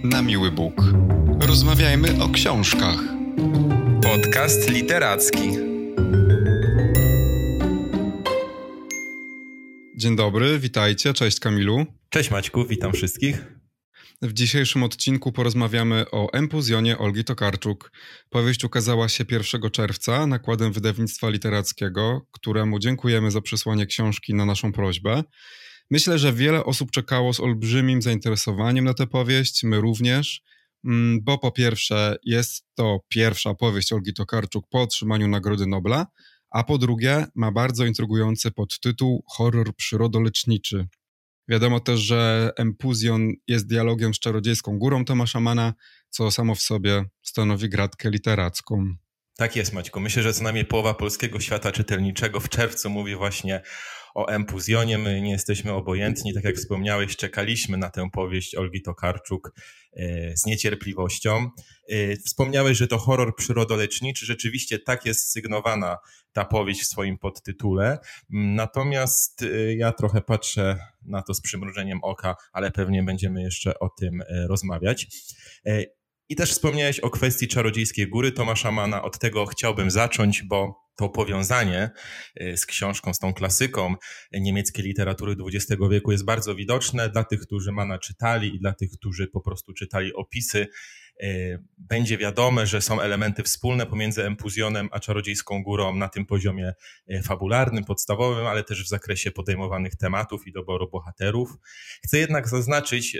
na miły Bóg. Rozmawiajmy o książkach. Podcast literacki. Dzień dobry, witajcie, cześć Kamilu. Cześć Maćku, witam wszystkich. W dzisiejszym odcinku porozmawiamy o Empuzjonie Olgi Tokarczuk. Powieść ukazała się 1 czerwca nakładem wydawnictwa literackiego, któremu dziękujemy za przesłanie książki na naszą prośbę. Myślę, że wiele osób czekało z olbrzymim zainteresowaniem na tę powieść, my również, bo po pierwsze jest to pierwsza powieść Olgi Tokarczuk po otrzymaniu Nagrody Nobla, a po drugie ma bardzo intrygujący podtytuł Horror przyrodoleczniczy. Wiadomo też, że Empuzjon jest dialogiem z czarodziejską górą Tomasza Manna, co samo w sobie stanowi gratkę literacką. Tak jest, Maćku. Myślę, że co najmniej połowa polskiego świata czytelniczego w czerwcu mówi właśnie o Empuzjonie. My nie jesteśmy obojętni. Tak jak wspomniałeś, czekaliśmy na tę powieść Olgi Tokarczuk z niecierpliwością. Wspomniałeś, że to horror przyrodoleczniczy. Rzeczywiście tak jest sygnowana ta powieść w swoim podtytule. Natomiast ja trochę patrzę na to z przymrużeniem oka, ale pewnie będziemy jeszcze o tym rozmawiać. I też wspomniałeś o kwestii Czarodziejskiej Góry Tomasza Manna. Od tego chciałbym zacząć, bo to powiązanie z książką, z tą klasyką niemieckiej literatury XX wieku jest bardzo widoczne dla tych, którzy Manna czytali i dla tych, którzy po prostu czytali opisy. Będzie wiadome, że są elementy wspólne pomiędzy Empuzjonem a Czarodziejską Górą na tym poziomie fabularnym, podstawowym, ale też w zakresie podejmowanych tematów i doboru bohaterów. Chcę jednak zaznaczyć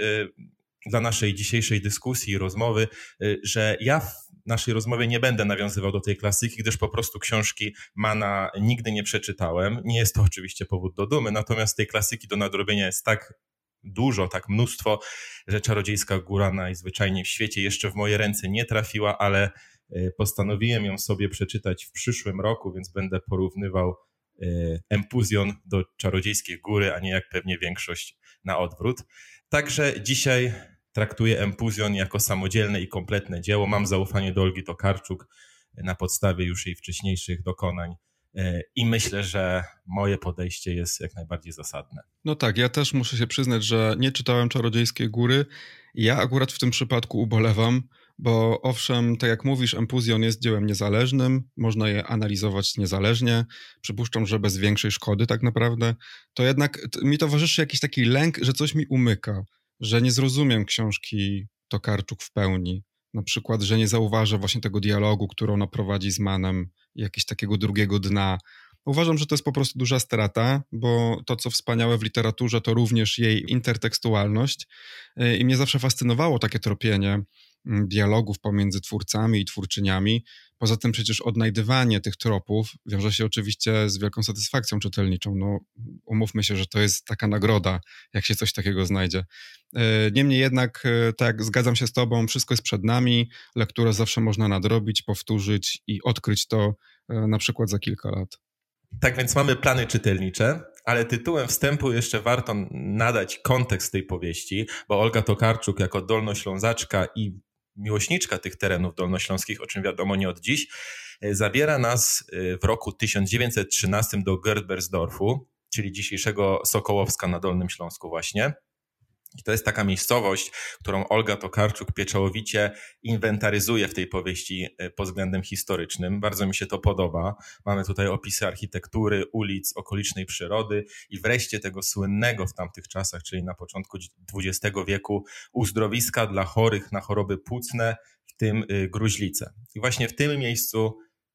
dla naszej dzisiejszej dyskusji i rozmowy, że ja w naszej rozmowie nie będę nawiązywał do tej klasyki, gdyż po prostu książki Manna nigdy nie przeczytałem. Nie jest to oczywiście powód do dumy, natomiast tej klasyki do nadrobienia jest tak dużo, tak mnóstwo, że Czarodziejska Góra najzwyczajniej w świecie jeszcze w moje ręce nie trafiła, ale postanowiłem ją sobie przeczytać w przyszłym roku, więc będę porównywał Empuzjon do Czarodziejskiej Góry, a nie jak pewnie większość na odwrót. Także dzisiaj traktuję Empuzjon jako samodzielne i kompletne dzieło. Mam zaufanie do Olgi Tokarczuk na podstawie już jej wcześniejszych dokonań i myślę, że moje podejście jest jak najbardziej zasadne. No tak, ja też muszę się przyznać, że nie czytałem Czarodziejskiej Góry. Ja akurat w tym przypadku ubolewam, bo owszem, tak jak mówisz, Empuzjon jest dziełem niezależnym, można je analizować niezależnie, przypuszczam, że bez większej szkody tak naprawdę, to jednak mi towarzyszy jakiś taki lęk, że coś mi umyka, że nie zrozumiem książki Tokarczuk w pełni. Na przykład, że nie zauważę właśnie tego dialogu, który ona prowadzi z Mannem, jakiegoś takiego drugiego dna. Uważam, że to jest po prostu duża strata, bo to, co wspaniałe w literaturze, to również jej intertekstualność. I mnie zawsze fascynowało takie tropienie dialogów pomiędzy twórcami i twórczyniami. Poza tym przecież odnajdywanie tych tropów wiąże się oczywiście z wielką satysfakcją czytelniczą. No, umówmy się, że to jest taka nagroda, jak się coś takiego znajdzie. Niemniej jednak, tak, zgadzam się z tobą, wszystko jest przed nami, lekturę zawsze można nadrobić, powtórzyć i odkryć to na przykład za kilka lat. Tak więc mamy plany czytelnicze, ale tytułem wstępu jeszcze warto nadać kontekst tej powieści, bo Olga Tokarczuk jako dolnoślązaczka i miłośniczka tych terenów dolnośląskich, o czym wiadomo nie od dziś, zabiera nas w roku 1913 do Görtbersdorfu, czyli dzisiejszego Sokołowska na Dolnym Śląsku właśnie. I to jest taka miejscowość, którą Olga Tokarczuk pieczołowicie inwentaryzuje w tej powieści pod względem historycznym. Bardzo mi się to podoba. Mamy tutaj opisy architektury, ulic, okolicznej przyrody i wreszcie tego słynnego w tamtych czasach, czyli na początku XX wieku, uzdrowiska dla chorych na choroby płucne, w tym gruźlicę. I właśnie w tym miejscu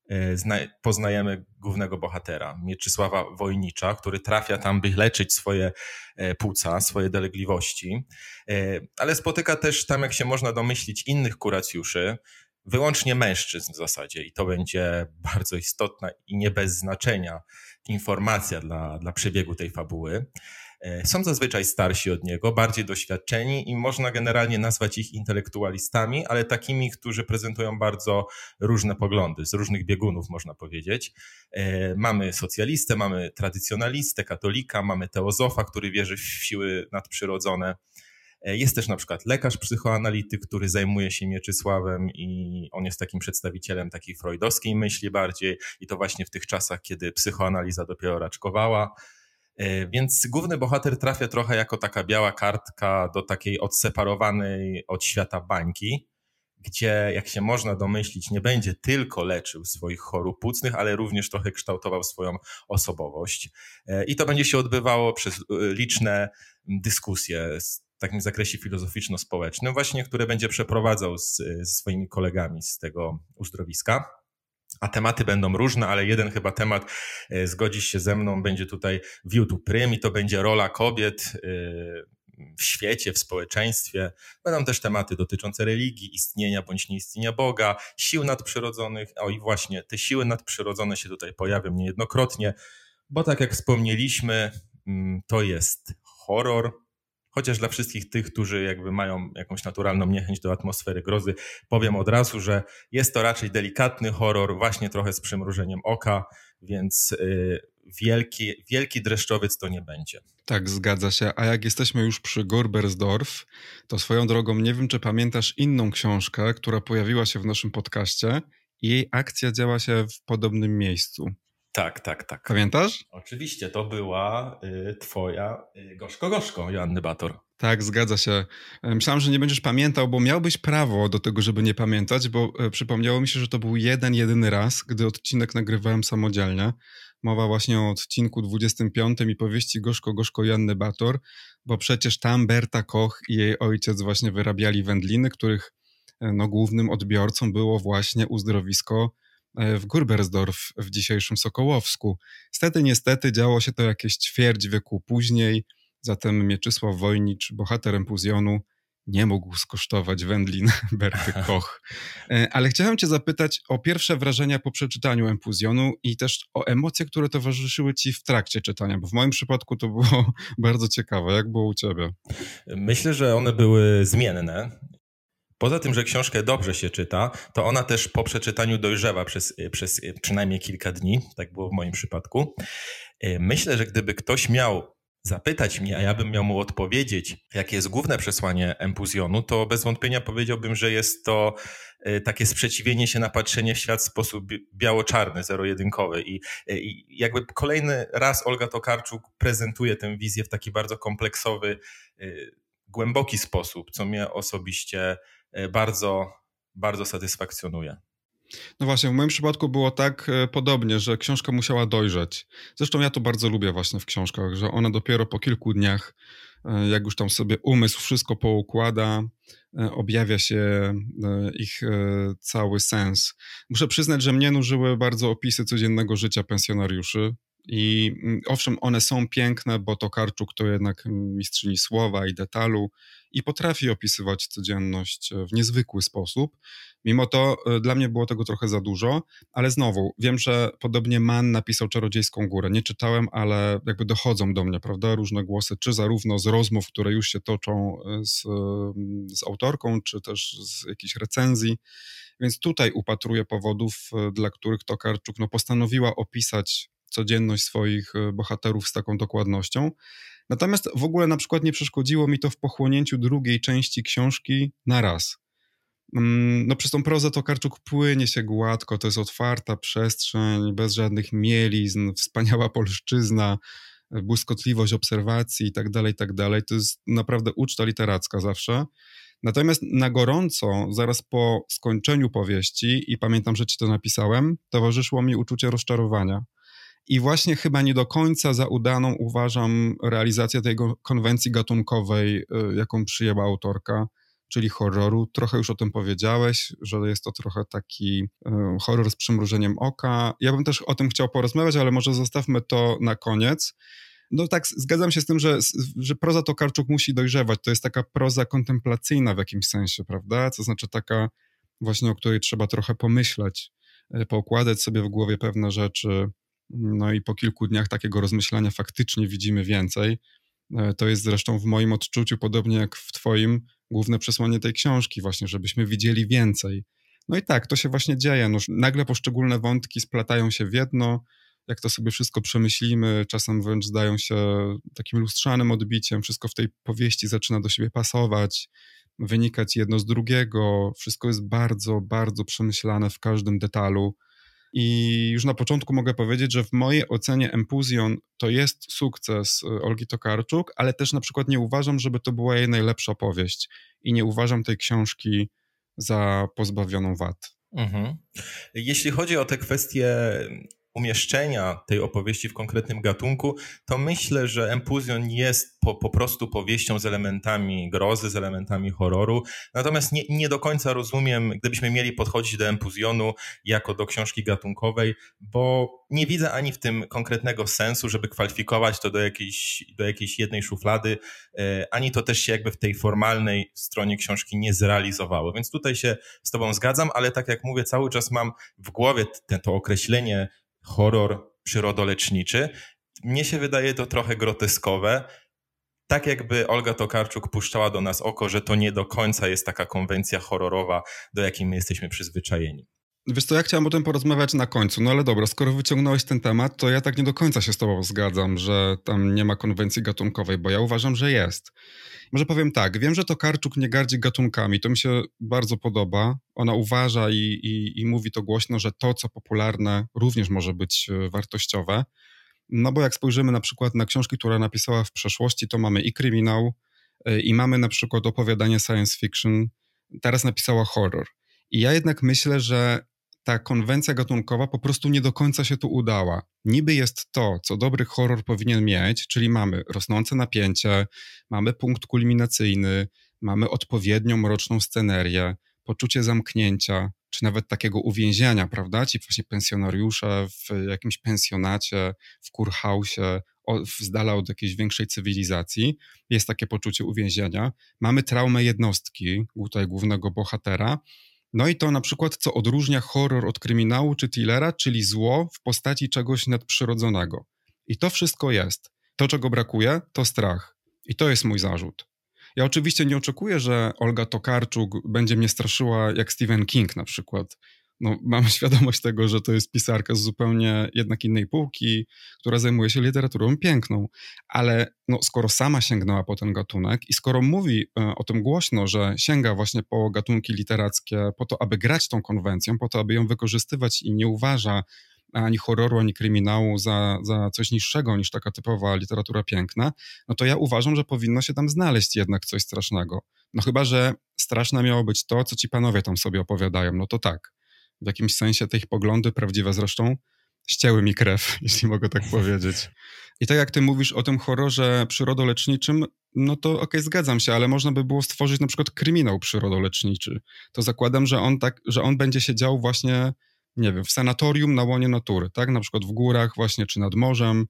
poznajemy głównego bohatera, Mieczysława Wojnicza, który trafia tam, by leczyć swoje płuca, swoje dolegliwości, ale spotyka też tam, jak się można domyślić, innych kuracjuszy, wyłącznie mężczyzn w zasadzie i to będzie bardzo istotna i nie bez znaczenia informacja dla przebiegu tej fabuły. Są zazwyczaj starsi od niego, bardziej doświadczeni i można generalnie nazwać ich intelektualistami, ale takimi, którzy prezentują bardzo różne poglądy, z różnych biegunów można powiedzieć. Mamy socjalistę, mamy tradycjonalistę, katolika, mamy teozofa, który wierzy w siły nadprzyrodzone. Jest też na przykład lekarz psychoanalityk, który zajmuje się Mieczysławem i on jest takim przedstawicielem takiej freudowskiej myśli bardziej i to właśnie w tych czasach, kiedy psychoanaliza dopiero raczkowała. Więc główny bohater trafia trochę jako taka biała kartka do takiej odseparowanej od świata bańki, gdzie, jak się można domyślić, nie będzie tylko leczył swoich chorób płucnych, ale również trochę kształtował swoją osobowość. I to będzie się odbywało przez liczne dyskusje w takim zakresie filozoficzno-społecznym, właśnie, które będzie przeprowadzał ze swoimi kolegami z tego uzdrowiska. A tematy będą różne, ale jeden chyba temat, zgodzisz się ze mną, będzie tutaj wiódł prym i to będzie rola kobiet w świecie, w społeczeństwie. Będą też tematy dotyczące religii, istnienia bądź nieistnienia Boga, sił nadprzyrodzonych. O i właśnie te siły nadprzyrodzone się tutaj pojawią niejednokrotnie, bo tak jak wspomnieliśmy, to jest horror. Chociaż dla wszystkich tych, którzy jakby mają jakąś naturalną niechęć do atmosfery grozy, powiem od razu, że jest to raczej delikatny horror, właśnie trochę z przymrużeniem oka, więc wielki dreszczowiec to nie będzie. Tak, zgadza się. A jak jesteśmy już przy Gurbersdorf, to swoją drogą nie wiem, czy pamiętasz inną książkę, która pojawiła się w naszym podcaście i jej akcja działa się w podobnym miejscu. Tak. Pamiętasz? Oczywiście, to była twoja Gorzko, Joanny Bator. Tak, zgadza się. Myślałem, że nie będziesz pamiętał, bo miałbyś prawo do tego, żeby nie pamiętać, bo przypomniało mi się, że to był jedyny raz, gdy odcinek nagrywałem samodzielnie. Mowa właśnie o odcinku 25 i powieści Gorzko Joanny Bator, bo przecież tam Berta Koch i jej ojciec właśnie wyrabiali wędliny, których głównym odbiorcą było właśnie uzdrowisko w Gurbersdorf w dzisiejszym Sokołowsku. Niestety działo się to jakieś ćwierć wieku później, zatem Mieczysław Wojnicz, bohater Empuzjonu, nie mógł skosztować wędlin Berty Koch. Ale chciałem cię zapytać o pierwsze wrażenia po przeczytaniu Empuzjonu i też o emocje, które towarzyszyły ci w trakcie czytania, bo w moim przypadku to było bardzo ciekawe. Jak było u ciebie? Myślę, że one były zmienne. Poza tym, że książkę dobrze się czyta, to ona też po przeczytaniu dojrzewa przez przynajmniej kilka dni, tak było w moim przypadku. Myślę, że gdyby ktoś miał zapytać mnie, a ja bym miał mu odpowiedzieć, jakie jest główne przesłanie Empuzjonu, to bez wątpienia powiedziałbym, że jest to takie sprzeciwienie się na patrzenie w świat w sposób biało-czarny, zero-jedynkowy. I jakby kolejny raz Olga Tokarczuk prezentuje tę wizję w taki bardzo kompleksowy, głęboki sposób, co mnie osobiście bardzo, bardzo satysfakcjonuje. No właśnie, w moim przypadku było tak podobnie, że książka musiała dojrzeć. Zresztą ja to bardzo lubię właśnie w książkach, że ona dopiero po kilku dniach, jak już tam sobie umysł wszystko poukłada, objawia się ich cały sens. Muszę przyznać, że mnie nużyły bardzo opisy codziennego życia pensjonariuszy. I owszem, one są piękne, bo Tokarczuk to jednak mistrzyni słowa i detalu i potrafi opisywać codzienność w niezwykły sposób. Mimo to dla mnie było tego trochę za dużo, ale znowu, wiem, że podobnie Mann napisał Czarodziejską Górę. Nie czytałem, ale jakby dochodzą do mnie, prawda, różne głosy, czy zarówno z rozmów, które już się toczą z autorką, czy też z jakichś recenzji. Więc tutaj upatruję powodów, dla których Tokarczuk postanowiła opisać codzienność swoich bohaterów z taką dokładnością. Natomiast w ogóle na przykład nie przeszkodziło mi to w pochłonięciu drugiej części książki na raz. Przez tą prozę Tokarczuk płynie się gładko, to jest otwarta przestrzeń, bez żadnych mielizn, wspaniała polszczyzna, błyskotliwość obserwacji i tak dalej. To jest naprawdę uczta literacka zawsze. Natomiast na gorąco, zaraz po skończeniu powieści, i pamiętam, że ci to napisałem, towarzyszyło mi uczucie rozczarowania. I właśnie chyba nie do końca za udaną uważam realizację tej konwencji gatunkowej, jaką przyjęła autorka, czyli horroru. Trochę już o tym powiedziałeś, że jest to trochę taki horror z przymrużeniem oka. Ja bym też o tym chciał porozmawiać, ale może zostawmy to na koniec. No tak, zgadzam się z tym, że proza Tokarczuk musi dojrzewać. To jest taka proza kontemplacyjna w jakimś sensie, prawda? To znaczy taka właśnie, o której trzeba trochę pomyśleć, poukładać sobie w głowie pewne rzeczy. No i po kilku dniach takiego rozmyślania faktycznie widzimy więcej. To jest zresztą w moim odczuciu, podobnie jak w twoim, główne przesłanie tej książki właśnie, żebyśmy widzieli więcej. No i tak, to się właśnie dzieje. Nagle poszczególne wątki splatają się w jedno, jak to sobie wszystko przemyślimy, czasem wręcz zdają się takim lustrzanym odbiciem, wszystko w tej powieści zaczyna do siebie pasować, wynikać jedno z drugiego, wszystko jest bardzo, bardzo przemyślane w każdym detalu. i już na początku mogę powiedzieć, że w mojej ocenie Empuzjon to jest sukces Olgi Tokarczuk, ale też na przykład nie uważam, żeby to była jej najlepsza powieść i nie uważam tej książki za pozbawioną wad. Mhm. Jeśli chodzi o te kwestie umieszczenia tej opowieści w konkretnym gatunku, to myślę, że Empuzjon jest po prostu powieścią z elementami grozy, z elementami horroru. Natomiast nie do końca rozumiem, gdybyśmy mieli podchodzić do Empuzjonu jako do książki gatunkowej, bo nie widzę ani w tym konkretnego sensu, żeby kwalifikować to do jakiejś jednej szuflady, ani to też się jakby w tej formalnej stronie książki nie zrealizowało. Więc tutaj się z tobą zgadzam, ale tak jak mówię, cały czas mam w głowie to określenie horror przyrodoleczniczy. Mnie się wydaje to trochę groteskowe. Tak jakby Olga Tokarczuk puszczała do nas oko, że to nie do końca jest taka konwencja horrorowa, do jakiej my jesteśmy przyzwyczajeni. Wiesz co, ja chciałem o tym porozmawiać na końcu, no ale dobra, skoro wyciągnąłeś ten temat, to ja tak nie do końca się z tobą zgadzam, że tam nie ma konwencji gatunkowej, bo ja uważam, że jest. Może powiem tak, wiem, że Tokarczuk nie gardzi gatunkami, to mi się bardzo podoba. Ona uważa i mówi to głośno, że to, co popularne, również może być wartościowe. No bo jak spojrzymy na przykład na książki, które napisała w przeszłości, to mamy i kryminał, i mamy na przykład opowiadanie science fiction, teraz napisała horror. I ja jednak myślę, że ta konwencja gatunkowa po prostu nie do końca się tu udała. Niby jest to, co dobry horror powinien mieć, czyli mamy rosnące napięcie, mamy punkt kulminacyjny, mamy odpowiednią mroczną scenerię, poczucie zamknięcia, czy nawet takiego uwięzienia, prawda? Ci właśnie pensjonariusze w jakimś pensjonacie, w kurhausie, z dala od jakiejś większej cywilizacji. Jest takie poczucie uwięzienia. Mamy traumę jednostki, tutaj głównego bohatera. No i to na przykład, co odróżnia horror od kryminału czy thrillera, czyli zło w postaci czegoś nadprzyrodzonego. I to wszystko jest. To, czego brakuje, to strach. I to jest mój zarzut. Ja oczywiście nie oczekuję, że Olga Tokarczuk będzie mnie straszyła jak Stephen King na przykład. No, mam świadomość tego, że to jest pisarka z zupełnie jednak innej półki, która zajmuje się literaturą piękną, ale no, skoro sama sięgnęła po ten gatunek i skoro mówi o tym głośno, że sięga właśnie po gatunki literackie po to, aby grać tą konwencją, po to, aby ją wykorzystywać i nie uważa ani horroru, ani kryminału za coś niższego niż taka typowa literatura piękna, no to ja uważam, że powinno się tam znaleźć jednak coś strasznego. No chyba, że straszne miało być to, co ci panowie tam sobie opowiadają, no to tak. W jakimś sensie te ich poglądy, prawdziwe zresztą, ścięły mi krew, jeśli mogę tak powiedzieć. I tak jak ty mówisz o tym horrorze przyrodoleczniczym, no to okej, zgadzam się, ale można by było stworzyć na przykład kryminał przyrodoleczniczy. To zakładam, że on będzie się dział właśnie, nie wiem, w sanatorium na łonie natury, tak? Na przykład w górach właśnie, czy nad morzem,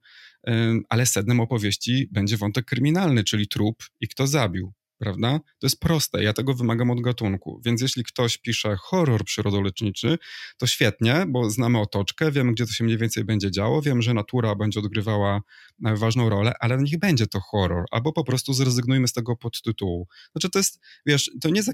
ale sednem opowieści będzie wątek kryminalny, czyli trup i kto zabił. Prawda? To jest proste, ja tego wymagam od gatunku, więc jeśli ktoś pisze horror przyrodoleczniczy, to świetnie, bo znamy otoczkę, wiemy, gdzie to się mniej więcej będzie działo, wiem, że natura będzie odgrywała ważną rolę, ale niech będzie to horror, albo po prostu zrezygnujmy z tego podtytułu. Znaczy to jest, wiesz, to nie jest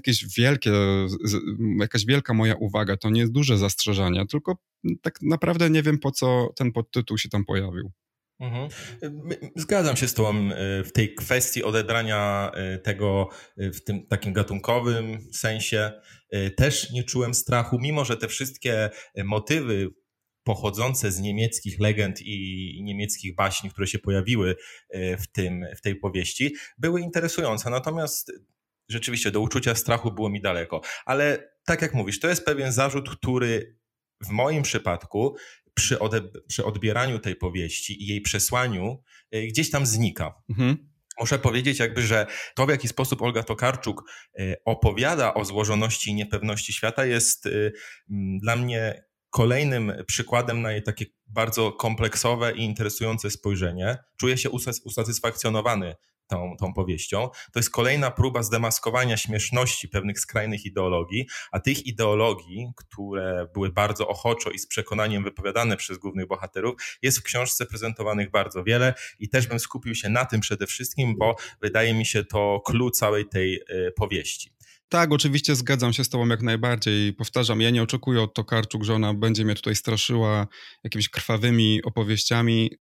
jakaś wielka moja uwaga, to nie jest duże zastrzeżenie, tylko tak naprawdę nie wiem, po co ten podtytuł się tam pojawił. Mhm. Zgadzam się z tobą w tej kwestii odebrania tego w tym takim gatunkowym sensie. Też nie czułem strachu, mimo że te wszystkie motywy pochodzące z niemieckich legend i niemieckich baśni, które się pojawiły w tej powieści, były interesujące. Natomiast rzeczywiście do uczucia strachu było mi daleko. Ale tak jak mówisz, to jest pewien zarzut, który w moim przypadku przy odbieraniu tej powieści i jej przesłaniu gdzieś tam znika. Mhm. Muszę powiedzieć jakby, że to, w jaki sposób Olga Tokarczuk opowiada o złożoności i niepewności świata, jest dla mnie kolejnym przykładem na jej takie bardzo kompleksowe i interesujące spojrzenie. Czuję się usatysfakcjonowany tą powieścią. To jest kolejna próba zdemaskowania śmieszności pewnych skrajnych ideologii, a tych ideologii, które były bardzo ochoczo i z przekonaniem wypowiadane przez głównych bohaterów, jest w książce prezentowanych bardzo wiele i też bym skupił się na tym przede wszystkim, bo wydaje mi się to clue całej tej powieści. Tak, oczywiście zgadzam się z tobą jak najbardziej. Powtarzam, ja nie oczekuję od Tokarczuk, że ona będzie mnie tutaj straszyła jakimiś krwawymi opowieściami.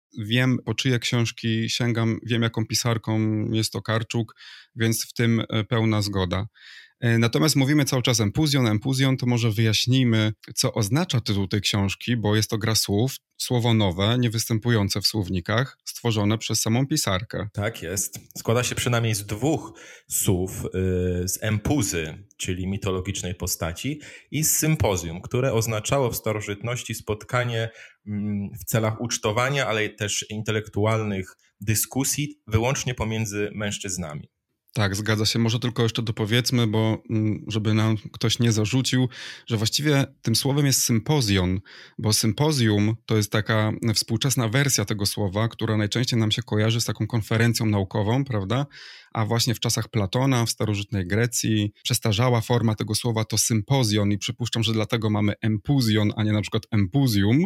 wiem, po czyje książki sięgam, wiem, jaką pisarką jest Tokarczuk, więc w tym pełna zgoda. Natomiast mówimy cały czas empuzjon, to może wyjaśnijmy, co oznacza tytuł tej książki, bo jest to gra słów, słowo nowe, niewystępujące w słownikach, stworzone przez samą pisarkę. Tak jest. Składa się przynajmniej z 2 słów, z empuzy, czyli mitologicznej postaci, i z sympozjum, które oznaczało w starożytności spotkanie w celach ucztowania, ale też intelektualnych dyskusji wyłącznie pomiędzy mężczyznami. Tak, zgadza się. Może tylko jeszcze dopowiedzmy, bo żeby nam ktoś nie zarzucił, że właściwie tym słowem jest sympozjon, bo sympozjum to jest taka współczesna wersja tego słowa, która najczęściej nam się kojarzy z taką konferencją naukową, prawda? A właśnie w czasach Platona, w starożytnej Grecji, przestarzała forma tego słowa to sympozjon i przypuszczam, że dlatego mamy empuzjon, a nie na przykład empuzjum.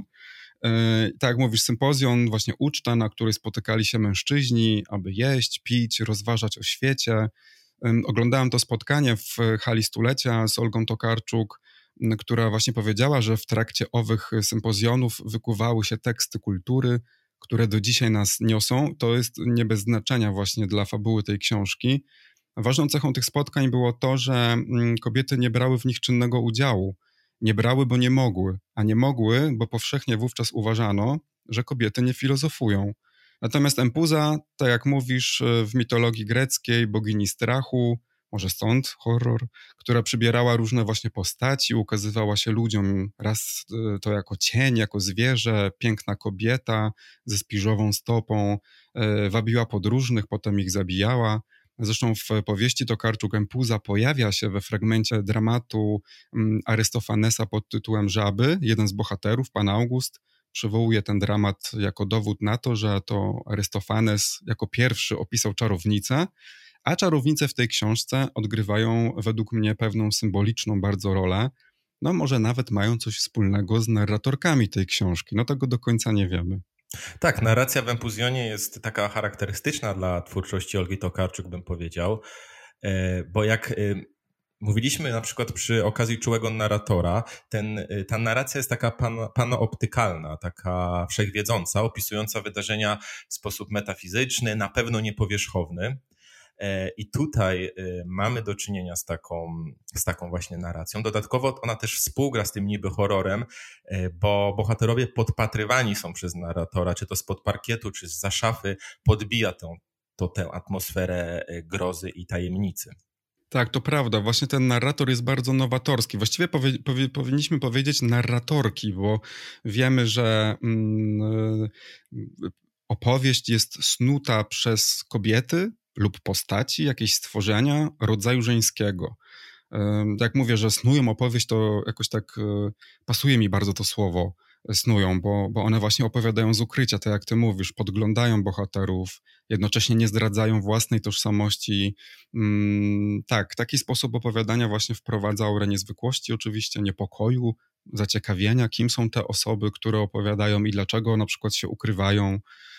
Tak jak mówisz, sympozjon, właśnie uczta, na której spotykali się mężczyźni, aby jeść, pić, rozważać o świecie. Oglądałem to spotkanie w hali stulecia z Olgą Tokarczuk, która właśnie powiedziała, że w trakcie owych sympozjonów wykuwały się teksty kultury, które do dzisiaj nas niosą. To jest nie bez znaczenia właśnie dla fabuły tej książki. Ważną cechą tych spotkań było to, że kobiety nie brały w nich czynnego udziału. Nie brały, bo nie mogły, a nie mogły, bo powszechnie wówczas uważano, że kobiety nie filozofują. Natomiast empuza, tak jak mówisz, w mitologii greckiej bogini strachu, może stąd horror, która przybierała różne właśnie postaci, ukazywała się ludziom raz to jako cień, jako zwierzę, piękna kobieta ze spiżową stopą, wabiła podróżnych, potem ich zabijała. Zresztą w powieści Tokarczuk empuza pojawia się we fragmencie dramatu Arystofanesa pod tytułem Żaby. Jeden z bohaterów, pan August, przywołuje ten dramat jako dowód na to, że to Arystofanes jako pierwszy opisał czarownicę, a czarownice w tej książce odgrywają według mnie pewną symboliczną bardzo rolę. No może nawet mają coś wspólnego z narratorkami tej książki. No tego do końca nie wiemy. Tak, narracja w empuzjonie jest taka charakterystyczna dla twórczości Olgi Tokarczuk, bym powiedział, bo jak mówiliśmy na przykład przy okazji Czułego narratora, ta narracja jest taka panooptykalna, taka wszechwiedząca, opisująca wydarzenia w sposób metafizyczny, na pewno niepowierzchowny. I tutaj mamy do czynienia z taką właśnie narracją. Dodatkowo ona też współgra z tym niby horrorem, bo bohaterowie podpatrywani są przez narratora, czy to spod parkietu, czy zza szafy, podbija tę atmosferę grozy i tajemnicy. Tak, to prawda. Właśnie ten narrator jest bardzo nowatorski. Właściwie powinniśmy powiedzieć narratorki, bo wiemy, że opowieść jest snuta przez kobiety lub postaci, jakieś stworzenia rodzaju żeńskiego. Jak mówię, że snują opowieść, to jakoś tak pasuje mi bardzo to słowo snują, bo one właśnie opowiadają z ukrycia, tak jak ty mówisz, podglądają bohaterów, jednocześnie nie zdradzają własnej tożsamości. Tak, taki sposób opowiadania właśnie wprowadza aurę niezwykłości, oczywiście niepokoju, zaciekawienia, kim są te osoby, które opowiadają i dlaczego na przykład się ukrywają.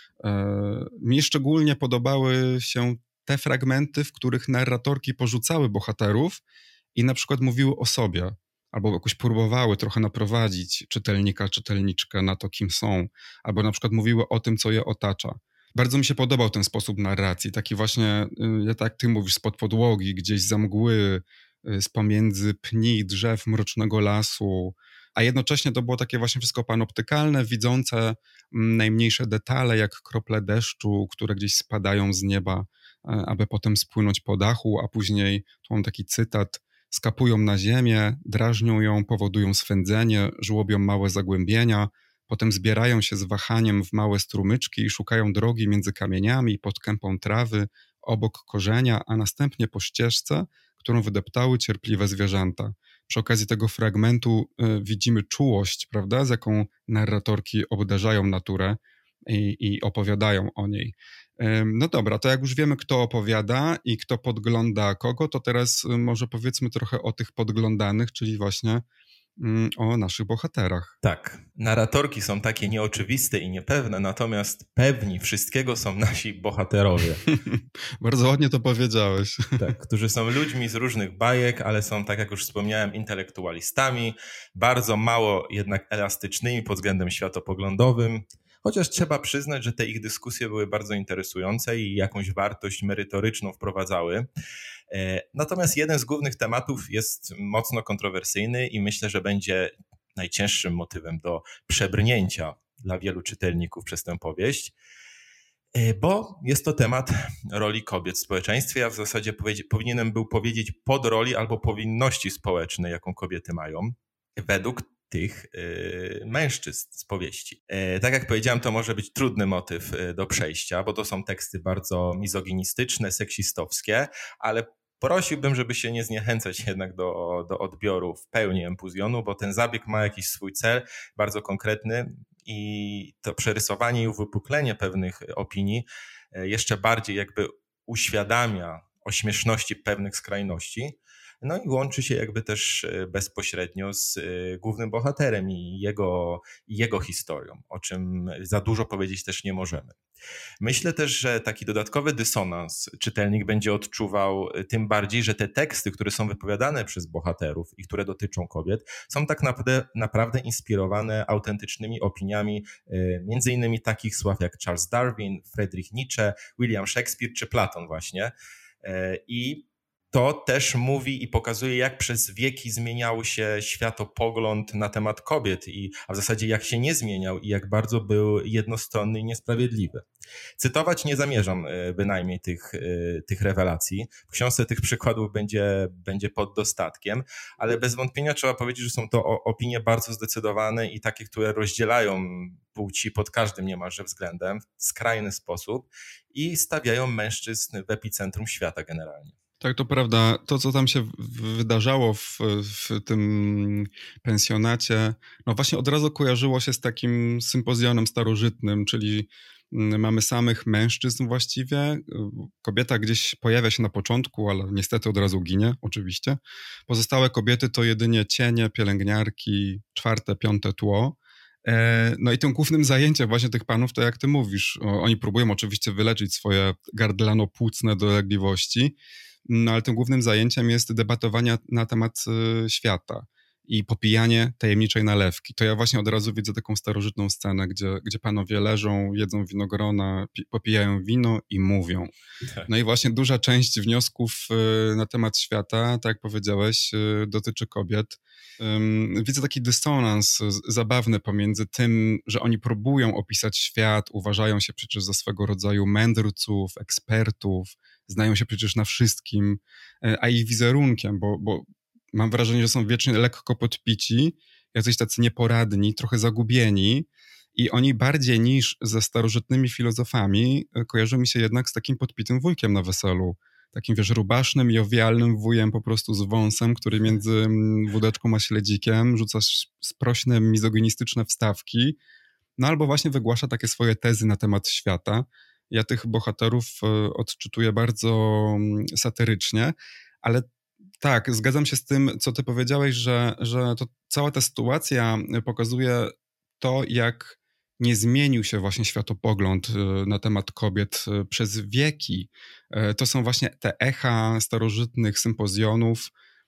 Mnie szczególnie podobały się te fragmenty, w których narratorki porzucały bohaterów i na przykład mówiły o sobie, albo jakoś próbowały trochę naprowadzić czytelnika, czytelniczkę na to, kim są, albo na przykład mówiły o tym, co je otacza. Bardzo mi się podobał ten sposób narracji, taki właśnie, jak ty mówisz, spod podłogi, gdzieś za mgły, z pomiędzy pni, drzew, mrocznego lasu, a jednocześnie to było takie właśnie wszystko panoptykalne, widzące najmniejsze detale, jak krople deszczu, które gdzieś spadają z nieba, aby potem spłynąć po dachu, a później, tu mam taki cytat, skapują na ziemię, drażnią ją, powodują swędzenie, żłobią małe zagłębienia, potem zbierają się z wahaniem w małe strumyczki i szukają drogi między kamieniami, pod kępą trawy, obok korzenia, a następnie po ścieżce, którą wydeptały cierpliwe zwierzęta. Przy okazji tego fragmentu widzimy czułość, prawda, z jaką narratorki obdarzają naturę i opowiadają o niej. No dobra, to jak już wiemy, kto opowiada i kto podgląda kogo, to teraz może powiedzmy trochę o tych podglądanych, czyli właśnie o naszych bohaterach. Tak, narratorki są takie nieoczywiste i niepewne, natomiast pewni wszystkiego są nasi bohaterowie. Bardzo ładnie to powiedziałeś. Tak, którzy są ludźmi z różnych bajek, ale są, tak jak już wspomniałem, intelektualistami, bardzo mało jednak elastycznymi pod względem światopoglądowym, chociaż trzeba przyznać, że te ich dyskusje były bardzo interesujące i jakąś wartość merytoryczną wprowadzały. Natomiast jeden z głównych tematów jest mocno kontrowersyjny i myślę, że będzie najcięższym motywem do przebrnięcia dla wielu czytelników przez tę powieść, bo jest to temat roli kobiet w społeczeństwie. Ja w zasadzie powinienem był powiedzieć podroli albo powinności społecznej, jaką kobiety mają, według tych mężczyzn z powieści. Tak jak powiedziałem, to może być trudny motyw do przejścia, bo to są teksty bardzo mizoginistyczne, seksistowskie, ale prosiłbym, żeby się nie zniechęcać jednak do odbioru w pełni empuzjonu, bo ten zabieg ma jakiś swój cel, bardzo konkretny i to przerysowanie i uwypuklenie pewnych opinii jeszcze bardziej jakby uświadamia o śmieszności pewnych skrajności. No i łączy się jakby też bezpośrednio z głównym bohaterem i jego historią, o czym za dużo powiedzieć też nie możemy. Myślę też, że taki dodatkowy dysonans czytelnik będzie odczuwał tym bardziej, że te teksty, które są wypowiadane przez bohaterów i które dotyczą kobiet, są tak naprawdę inspirowane autentycznymi opiniami między innymi takich sław jak Charles Darwin, Friedrich Nietzsche, William Shakespeare czy Platon właśnie. I to też mówi i pokazuje, jak przez wieki zmieniał się światopogląd na temat kobiet, a w zasadzie jak się nie zmieniał i jak bardzo był jednostronny i niesprawiedliwy. Cytować nie zamierzam bynajmniej tych rewelacji. W książce tych przykładów będzie pod dostatkiem, ale bez wątpienia trzeba powiedzieć, że są to opinie bardzo zdecydowane i takie, które rozdzielają płci pod każdym niemalże względem w skrajny sposób i stawiają mężczyzn w epicentrum świata generalnie. Tak, to prawda. To, co tam się wydarzało w tym pensjonacie, no właśnie od razu kojarzyło się z takim sympozjonem starożytnym, czyli mamy samych mężczyzn właściwie. Kobieta gdzieś pojawia się na początku, ale niestety od razu ginie, oczywiście. Pozostałe kobiety to jedynie cienie, pielęgniarki, 4., 5. tło. No i tym głównym zajęciem właśnie tych panów to, jak ty mówisz, oni próbują oczywiście wyleczyć swoje gardlano-płucne dolegliwości, no ale tym głównym zajęciem jest debatowanie na temat świata i popijanie tajemniczej nalewki. To ja właśnie od razu widzę taką starożytną scenę, gdzie panowie leżą, jedzą winogrona, popijają wino i mówią. No i właśnie duża część wniosków na temat świata, tak jak powiedziałeś, dotyczy kobiet. Widzę taki dysonans zabawny pomiędzy tym, że oni próbują opisać świat, uważają się przecież za swego rodzaju mędrców, ekspertów, znają się przecież na wszystkim, a ich wizerunkiem, bo mam wrażenie, że są wiecznie lekko podpici, jacyś tacy nieporadni, trochę zagubieni i oni bardziej niż ze starożytnymi filozofami kojarzą mi się jednak z takim podpitym wujkiem na weselu. Takim, wiesz, rubasznym, jowialnym wujem po prostu z wąsem, który między wódeczką a śledzikiem rzuca sprośne, mizoginistyczne wstawki, no albo właśnie wygłasza takie swoje tezy na temat świata. Ja tych bohaterów odczytuję bardzo satyrycznie, ale tak, zgadzam się z tym, co ty powiedziałeś, że to cała ta sytuacja pokazuje to, jak nie zmienił się właśnie światopogląd na temat kobiet przez wieki. To są właśnie te echa starożytnych sympozjonów.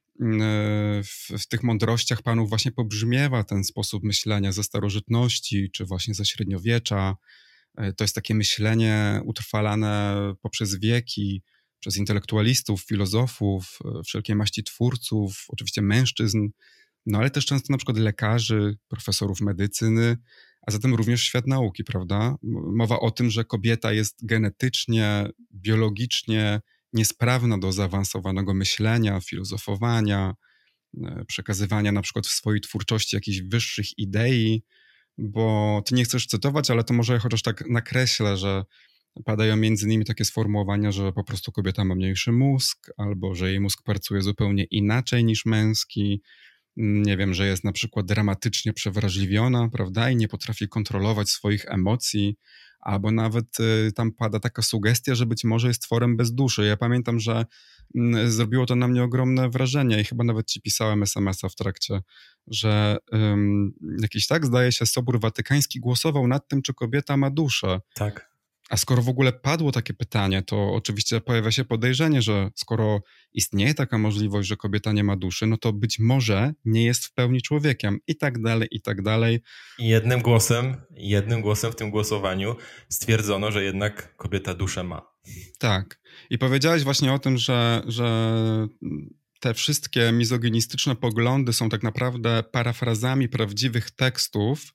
W tych mądrościach panów właśnie pobrzmiewa ten sposób myślenia ze starożytności, czy właśnie ze średniowiecza. To jest takie myślenie utrwalane poprzez wieki, przez intelektualistów, filozofów, wszelkiej maści twórców, oczywiście mężczyzn, no ale też często na przykład lekarzy, profesorów medycyny, a zatem również świat nauki, prawda? Mowa o tym, że kobieta jest genetycznie, biologicznie niesprawna do zaawansowanego myślenia, filozofowania, przekazywania na przykład w swojej twórczości jakichś wyższych idei, bo ty nie chcesz cytować, ale to może chociaż tak nakreślę, że padają między innymi takie sformułowania, że po prostu kobieta ma mniejszy mózg, albo że jej mózg pracuje zupełnie inaczej niż męski. Nie wiem, że jest na przykład dramatycznie przewrażliwiona, prawda, i nie potrafi kontrolować swoich emocji, albo nawet tam pada taka sugestia, że być może jest tworem bez duszy. Ja pamiętam, że zrobiło to na mnie ogromne wrażenie i chyba nawet ci pisałem SMS-a w trakcie, że jakiś, tak, zdaje się, Sobór Watykański głosował nad tym, czy kobieta ma duszę. Tak. A skoro w ogóle padło takie pytanie, to oczywiście pojawia się podejrzenie, że skoro istnieje taka możliwość, że kobieta nie ma duszy, no to być może nie jest w pełni człowiekiem i tak dalej, i tak dalej. I jednym głosem w tym głosowaniu stwierdzono, że jednak kobieta duszę ma. Tak. I powiedziałeś właśnie o tym, że te wszystkie mizoginistyczne poglądy są tak naprawdę parafrazami prawdziwych tekstów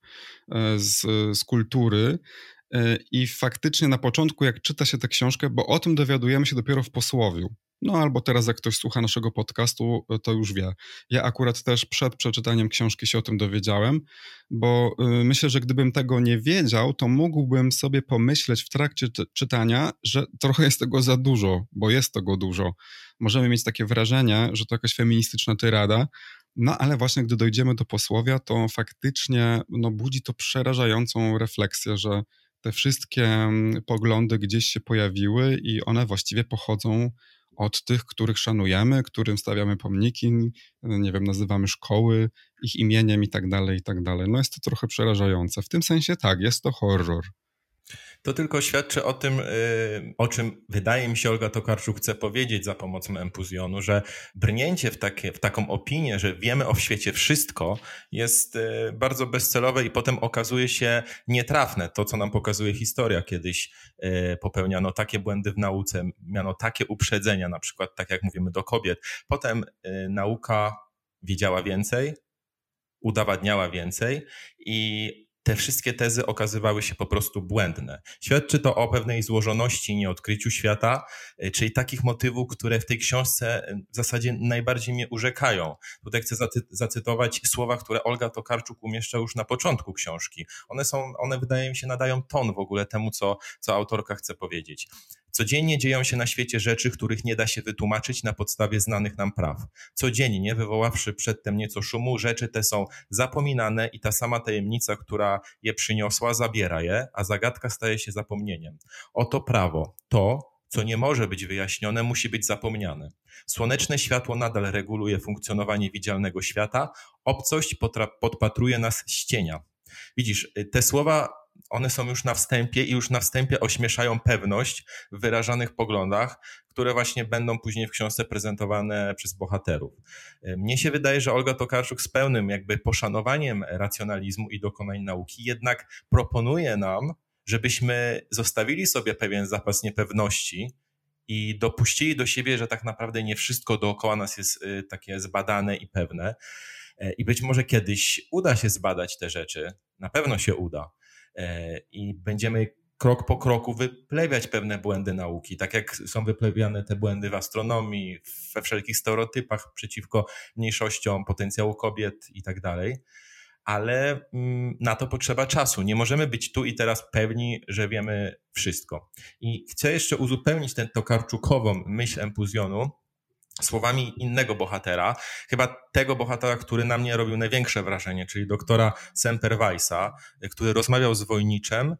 z kultury. I faktycznie na początku, jak czyta się tę książkę, bo o tym dowiadujemy się dopiero w posłowiu. No albo teraz, jak ktoś słucha naszego podcastu, to już wie. Ja akurat też przed przeczytaniem książki się o tym dowiedziałem, bo myślę, że gdybym tego nie wiedział, to mógłbym sobie pomyśleć w trakcie czytania, że trochę jest tego za dużo, bo jest tego dużo. Możemy mieć takie wrażenie, że to jakaś feministyczna tyrada, no ale właśnie gdy dojdziemy do posłowia, to faktycznie budzi to przerażającą refleksję, że te wszystkie poglądy gdzieś się pojawiły i one właściwie pochodzą od tych, których szanujemy, którym stawiamy pomniki, nie wiem, nazywamy szkoły ich imieniem i tak dalej, i tak dalej. No jest to trochę przerażające. W tym sensie tak, jest to horror. To tylko świadczy o tym, o czym wydaje mi się Olga Tokarczuk chce powiedzieć za pomocą empuzjonu, że brnięcie w taką opinię, że wiemy o świecie wszystko, jest bardzo bezcelowe i potem okazuje się nietrafne. To, co nam pokazuje historia. Kiedyś popełniano takie błędy w nauce, miano takie uprzedzenia, na przykład tak jak mówimy do kobiet. Potem nauka wiedziała więcej, udowadniała więcej i te wszystkie tezy okazywały się po prostu błędne. Świadczy to o pewnej złożoności, nieodkryciu świata, czyli takich motywów, które w tej książce w zasadzie najbardziej mnie urzekają. Tutaj chcę zacytować słowa, które Olga Tokarczuk umieszcza już na początku książki. One wydaje mi się nadają ton w ogóle temu, co autorka chce powiedzieć. Codziennie dzieją się na świecie rzeczy, których nie da się wytłumaczyć na podstawie znanych nam praw. Codziennie, wywoławszy przedtem nieco szumu, rzeczy te są zapominane i ta sama tajemnica, która je przyniosła, zabiera je, a zagadka staje się zapomnieniem. Oto prawo. To, co nie może być wyjaśnione, musi być zapomniane. Słoneczne światło nadal reguluje funkcjonowanie widzialnego świata, obcość podpatruje nas z cienia. Widzisz, te słowa, one są już na wstępie i już na wstępie ośmieszają pewność w wyrażanych poglądach, które właśnie będą później w książce prezentowane przez bohaterów. Mnie się wydaje, że Olga Tokarczuk z pełnym jakby poszanowaniem racjonalizmu i dokonań nauki jednak proponuje nam, żebyśmy zostawili sobie pewien zapas niepewności i dopuścili do siebie, że tak naprawdę nie wszystko dookoła nas jest takie zbadane i pewne. I być może kiedyś uda się zbadać te rzeczy, na pewno się uda. I będziemy krok po kroku wyplewiać pewne błędy nauki, tak jak są wyplewiane te błędy w astronomii, we wszelkich stereotypach przeciwko mniejszościom, potencjału kobiet i tak dalej. Ale na to potrzeba czasu. Nie możemy być tu i teraz pewni, że wiemy wszystko. I chcę jeszcze uzupełnić tę tokarczukową myśl empuzjonu słowami innego bohatera, chyba tego bohatera, który na mnie robił największe wrażenie, czyli doktora Semperweisa, który rozmawiał z Wojniczem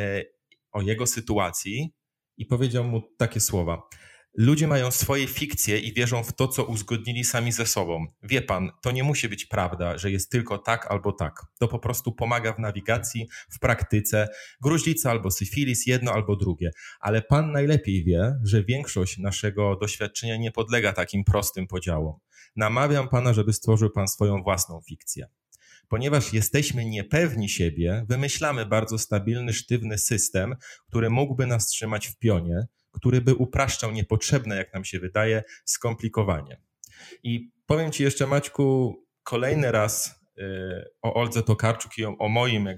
o jego sytuacji i powiedział mu takie słowa. Ludzie mają swoje fikcje i wierzą w to, co uzgodnili sami ze sobą. Wie pan, to nie musi być prawda, że jest tylko tak albo tak. To po prostu pomaga w nawigacji, w praktyce. Gruźlica albo syfilis, jedno albo drugie. Ale pan najlepiej wie, że większość naszego doświadczenia nie podlega takim prostym podziałom. Namawiam pana, żeby stworzył pan swoją własną fikcję. Ponieważ jesteśmy niepewni siebie, wymyślamy bardzo stabilny, sztywny system, który mógłby nas trzymać w pionie, który by upraszczał niepotrzebne, jak nam się wydaje, skomplikowanie. I powiem ci jeszcze, Maćku, kolejny raz o Oldze Tokarczuk i o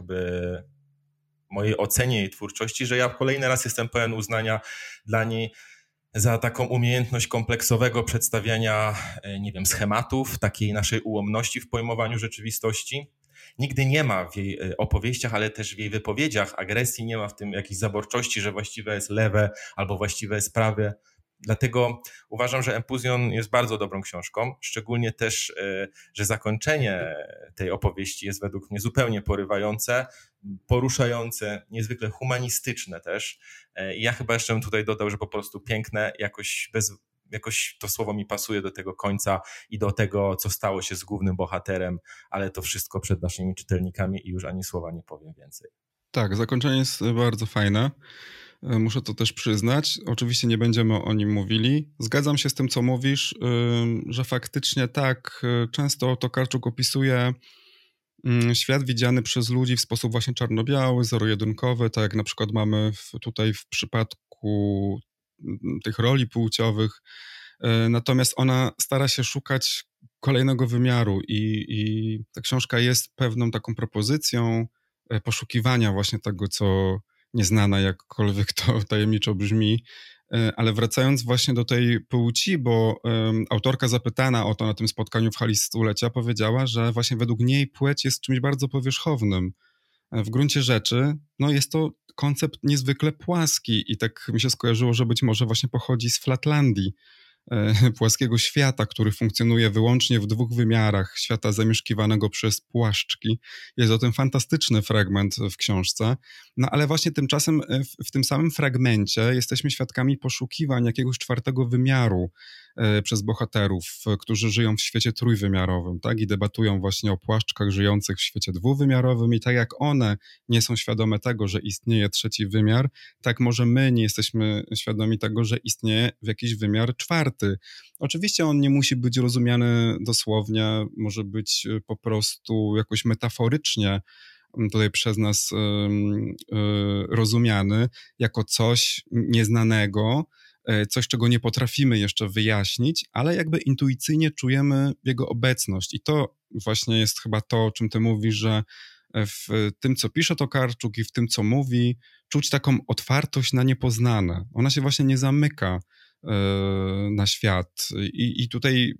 mojej ocenie jej twórczości, że ja kolejny raz jestem pełen uznania dla niej za taką umiejętność kompleksowego przedstawiania, nie wiem, schematów, takiej naszej ułomności w pojmowaniu rzeczywistości. Nigdy nie ma w jej opowieściach, ale też w jej wypowiedziach agresji, nie ma w tym jakiejś zaborczości, że właściwe jest lewe albo właściwe jest prawe. Dlatego uważam, że Empuzjon jest bardzo dobrą książką, szczególnie też, że zakończenie tej opowieści jest według mnie zupełnie porywające, poruszające, niezwykle humanistyczne też. Ja chyba jeszcze bym tutaj dodał, że po prostu piękne, jakoś to słowo mi pasuje do tego końca i do tego, co stało się z głównym bohaterem, ale to wszystko przed naszymi czytelnikami i już ani słowa nie powiem więcej. Tak, zakończenie jest bardzo fajne. Muszę to też przyznać. Oczywiście nie będziemy o nim mówili. Zgadzam się z tym, co mówisz, że faktycznie tak, często Tokarczuk opisuje świat widziany przez ludzi w sposób właśnie czarno-biały, zero-jedynkowy, tak jak na przykład mamy tutaj w przypadku tych roli płciowych. Natomiast ona stara się szukać kolejnego wymiaru i ta książka jest pewną taką propozycją poszukiwania właśnie tego, co nieznane, jakkolwiek to tajemniczo brzmi. Ale wracając właśnie do tej płci, bo autorka zapytana o to na tym spotkaniu w hali stulecia powiedziała, że właśnie według niej płeć jest czymś bardzo powierzchownym. W gruncie rzeczy jest to koncept niezwykle płaski i tak mi się skojarzyło, że być może właśnie pochodzi z Flatlandii, płaskiego świata, który funkcjonuje wyłącznie w dwóch wymiarach, świata zamieszkiwanego przez płaszczki. Jest o tym fantastyczny fragment w książce, ale właśnie tymczasem w tym samym fragmencie jesteśmy świadkami poszukiwań jakiegoś czwartego wymiaru przez bohaterów, którzy żyją w świecie trójwymiarowym, tak? I debatują właśnie o płaszczkach żyjących w świecie dwuwymiarowym i tak jak one nie są świadome tego, że istnieje trzeci wymiar, tak może my nie jesteśmy świadomi tego, że istnieje jakiś wymiar czwarty. Oczywiście on nie musi być rozumiany dosłownie, może być po prostu jakoś metaforycznie tutaj przez nas rozumiany jako coś nieznanego, coś, czego nie potrafimy jeszcze wyjaśnić, ale jakby intuicyjnie czujemy jego obecność. I to właśnie jest chyba to, o czym ty mówisz, że w tym, co pisze Tokarczuk i w tym, co mówi, czuć taką otwartość na niepoznane. Ona się właśnie nie zamyka na świat. I tutaj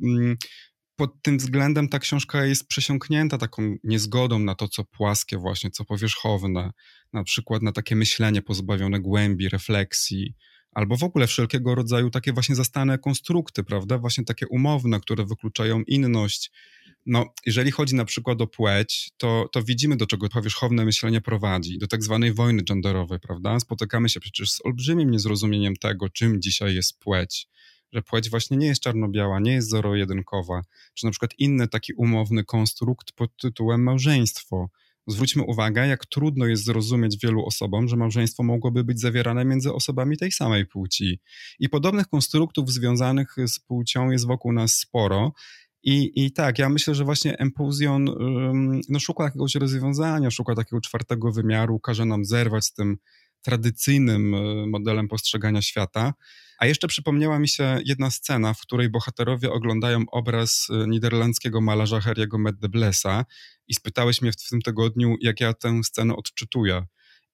pod tym względem ta książka jest przesiąknięta taką niezgodą na to, co płaskie właśnie, co powierzchowne, na przykład na takie myślenie pozbawione głębi, refleksji, albo w ogóle wszelkiego rodzaju takie właśnie zastane konstrukty, prawda, właśnie takie umowne, które wykluczają inność. Jeżeli chodzi na przykład o płeć, to widzimy, do czego powierzchowne myślenie prowadzi, do tak zwanej wojny genderowej, prawda? Spotykamy się przecież z olbrzymim niezrozumieniem tego, czym dzisiaj jest płeć, że płeć właśnie nie jest czarno-biała, nie jest zero-jedynkowa, czy na przykład inny taki umowny konstrukt pod tytułem małżeństwo. Zwróćmy uwagę, jak trudno jest zrozumieć wielu osobom, że małżeństwo mogłoby być zawierane między osobami tej samej płci. I podobnych konstruktów związanych z płcią jest wokół nas sporo. I tak, ja myślę, że właśnie Empuzjon szuka jakiegoś rozwiązania, szuka takiego czwartego wymiaru, każe nam zerwać z tym tradycyjnym modelem postrzegania świata. A jeszcze przypomniała mi się jedna scena, w której bohaterowie oglądają obraz niderlandzkiego malarza Harry'ego Met-Deblesa i spytałeś mnie w tym tygodniu, jak ja tę scenę odczytuję.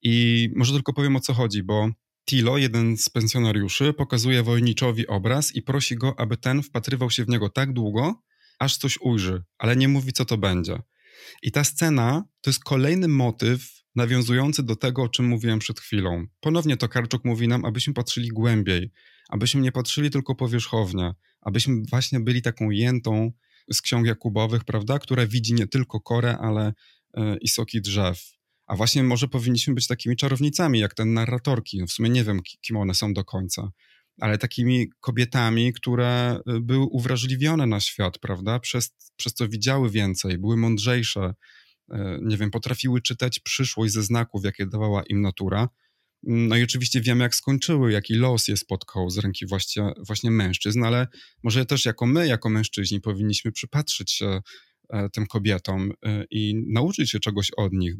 I może tylko powiem, o co chodzi, bo Tilo, jeden z pensjonariuszy, pokazuje wojniczowi obraz i prosi go, aby ten wpatrywał się w niego tak długo, aż coś ujrzy, ale nie mówi, co to będzie. I ta scena to jest kolejny motyw nawiązujący do tego, o czym mówiłem przed chwilą. Ponownie Tokarczuk mówi nam, abyśmy patrzyli głębiej, abyśmy nie patrzyli tylko powierzchownie, abyśmy właśnie byli taką jętą z ksiąg Jakubowych, prawda, która widzi nie tylko korę, ale i soki drzew. A właśnie może powinniśmy być takimi czarownicami, jak te narratorki. W sumie nie wiem, kim one są do końca, ale takimi kobietami, które były uwrażliwione na świat, prawda, przez co widziały więcej, były mądrzejsze, nie wiem, potrafiły czytać przyszłość ze znaków, jakie dawała im natura. No i oczywiście wiemy, jak skończyły, jaki los je spotkał z ręki właśnie mężczyzn, ale może też jako mężczyźni powinniśmy przypatrzyć się tym kobietom i nauczyć się czegoś od nich,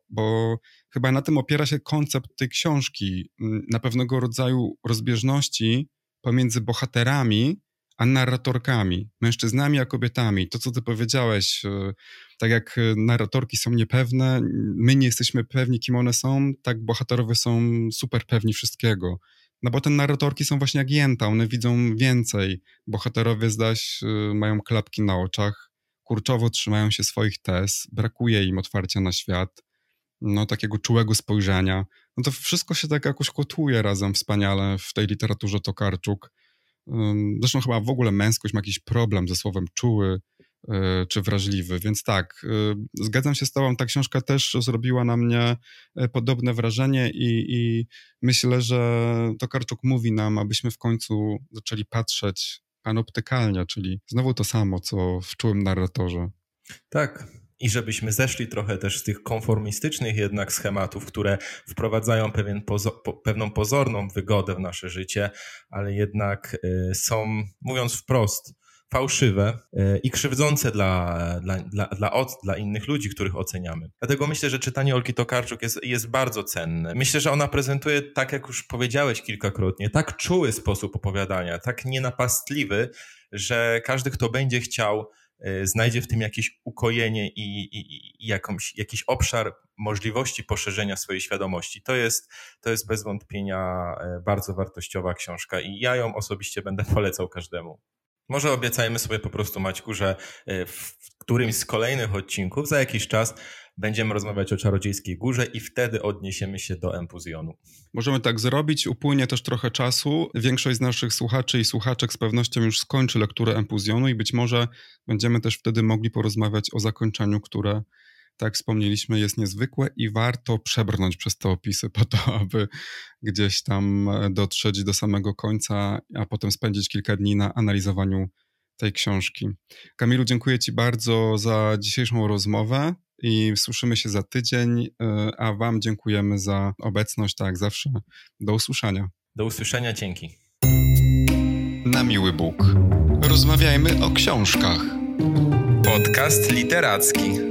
bo chyba na tym opiera się koncept tej książki, na pewnego rodzaju rozbieżności pomiędzy bohaterami a narratorkami, mężczyznami a kobietami. To, co ty powiedziałeś, tak jak narratorki są niepewne, my nie jesteśmy pewni, kim one są, tak bohaterowie są super pewni wszystkiego. No bo te narratorki są właśnie jak jęta, one widzą więcej. Bohaterowie zaś mają klapki na oczach, kurczowo trzymają się swoich tez, brakuje im otwarcia na świat, takiego czułego spojrzenia. No to wszystko się tak jakoś kotłuje razem wspaniale w tej literaturze Tokarczuk. Zresztą chyba w ogóle męskość ma jakiś problem ze słowem czuły czy wrażliwy, więc tak, zgadzam się z tobą, ta książka też zrobiła na mnie podobne wrażenie i myślę, że Tokarczuk mówi nam, abyśmy w końcu zaczęli patrzeć panoptykalnie, czyli znowu to samo, co w czułym narratorze. Tak, i żebyśmy zeszli trochę też z tych konformistycznych jednak schematów, które wprowadzają pewną pozorną wygodę w nasze życie, ale jednak są, mówiąc wprost, fałszywe i krzywdzące dla innych ludzi, których oceniamy. Dlatego myślę, że czytanie Olgi Tokarczuk jest bardzo cenne. Myślę, że ona prezentuje, tak jak już powiedziałeś kilkakrotnie, tak czuły sposób opowiadania, tak nienapastliwy, że każdy, kto będzie chciał, znajdzie w tym jakieś ukojenie i jakiś obszar możliwości poszerzenia swojej świadomości. To jest bez wątpienia bardzo wartościowa książka i ja ją osobiście będę polecał każdemu. Może obiecajmy sobie po prostu, Maćku, że w którymś z kolejnych odcinków za jakiś czas będziemy rozmawiać o Czarodziejskiej Górze i wtedy odniesiemy się do Empuzionu. Możemy tak zrobić, upłynie też trochę czasu. Większość z naszych słuchaczy i słuchaczek z pewnością już skończy lekturę Empuzionu i być może będziemy też wtedy mogli porozmawiać o zakończeniu, które, tak jak wspomnieliśmy, jest niezwykłe i warto przebrnąć przez te opisy po to, aby gdzieś tam dotrzeć do samego końca, a potem spędzić kilka dni na analizowaniu tej książki. Kamilu, dziękuję Ci bardzo za dzisiejszą rozmowę i słyszymy się za tydzień, a Wam dziękujemy za obecność, tak jak zawsze. Do usłyszenia. Do usłyszenia, dzięki. Na miły Bóg. Rozmawiajmy o książkach. Podcast literacki.